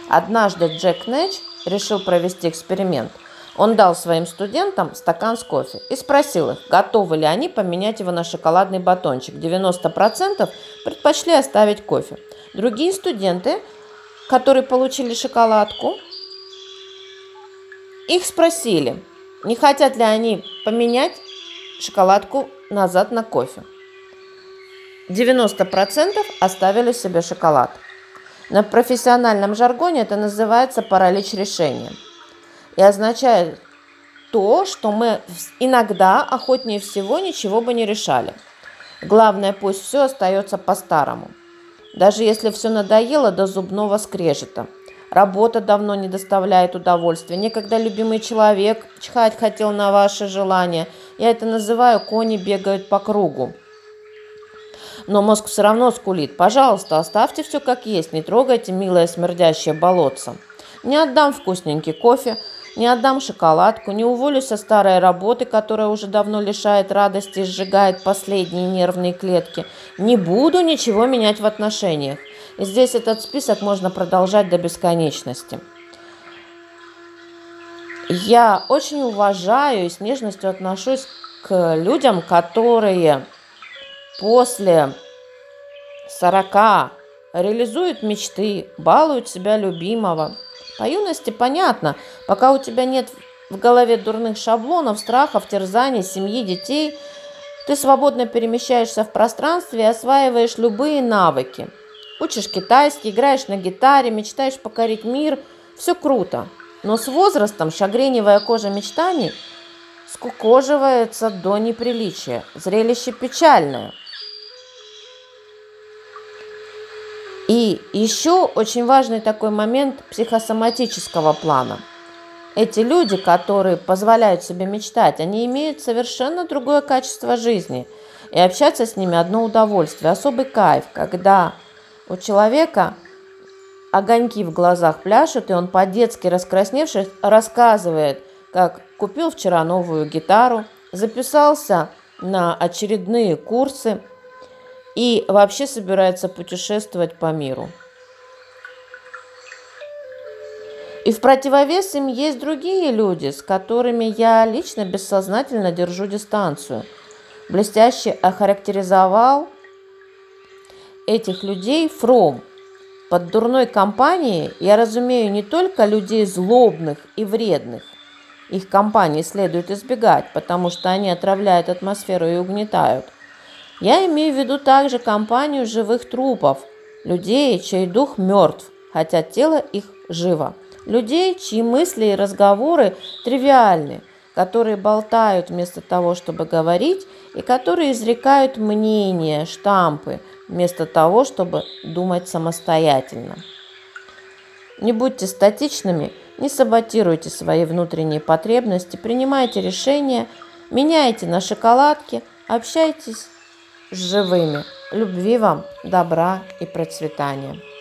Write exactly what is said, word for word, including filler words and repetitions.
Однажды Джек Нэч решил провести эксперимент. Он дал своим студентам стакан с кофе и спросил их, готовы ли они поменять его на шоколадный батончик. девяносто процентов предпочли оставить кофе. Другие студенты, которые получили шоколадку, их спросили, не хотят ли они поменять шоколадку назад на кофе. девяносто процентов оставили себе шоколад. На профессиональном жаргоне это называется паралич решения. И означает то, что мы иногда охотнее всего ничего бы не решали. Главное, пусть все остается по-старому. Даже если все надоело до зубного скрежета. Работа давно не доставляет удовольствия. Некогда любимый человек чихать хотел на ваши желания. Я это называю «кони бегают по кругу». Но мозг все равно скулит. Пожалуйста, оставьте все как есть, не трогайте милое смердящее болотце. Не отдам вкусненький кофе, не отдам шоколадку, не уволюсь со старой работы, которая уже давно лишает радости и сжигает последние нервные клетки. Не буду ничего менять в отношениях. И здесь этот список можно продолжать до бесконечности. Я очень уважаю и с нежностью отношусь к людям, которые после сорока реализуют мечты, балуют себя любимого. По юности понятно, пока у тебя нет в голове дурных шаблонов, страхов, терзаний, семьи, детей, ты свободно перемещаешься в пространстве и осваиваешь любые навыки. Учишь китайский, играешь на гитаре, мечтаешь покорить мир. Все круто. Но с возрастом шагреневая кожа мечтаний скукоживается до неприличия. Зрелище печальное. И еще очень важный такой момент психосоматического плана. Эти люди, которые позволяют себе мечтать, они имеют совершенно другое качество жизни. И общаться с ними одно удовольствие, особый кайф, когда у человека огоньки в глазах пляшут, и он по-детски раскрасневшись рассказывает, как купил вчера новую гитару, записался на очередные курсы, и вообще собирается путешествовать по миру. И в противовес им есть другие люди, с которыми я лично бессознательно держу дистанцию. Блестяще охарактеризовал этих людей Фром. Под дурной компанией я разумею не только людей злобных и вредных. Их компании следует избегать, потому что они отравляют атмосферу и угнетают. Я имею в виду также компанию живых трупов, людей, чей дух мертв, хотя тело их живо. Людей, чьи мысли и разговоры тривиальны, которые болтают вместо того, чтобы говорить, и которые изрекают мнения, штампы, вместо того, чтобы думать самостоятельно. Не будьте статичными, не саботируйте свои внутренние потребности, принимайте решения, меняйте на шоколадки, общайтесь с живыми. Любви вам, добра и процветания.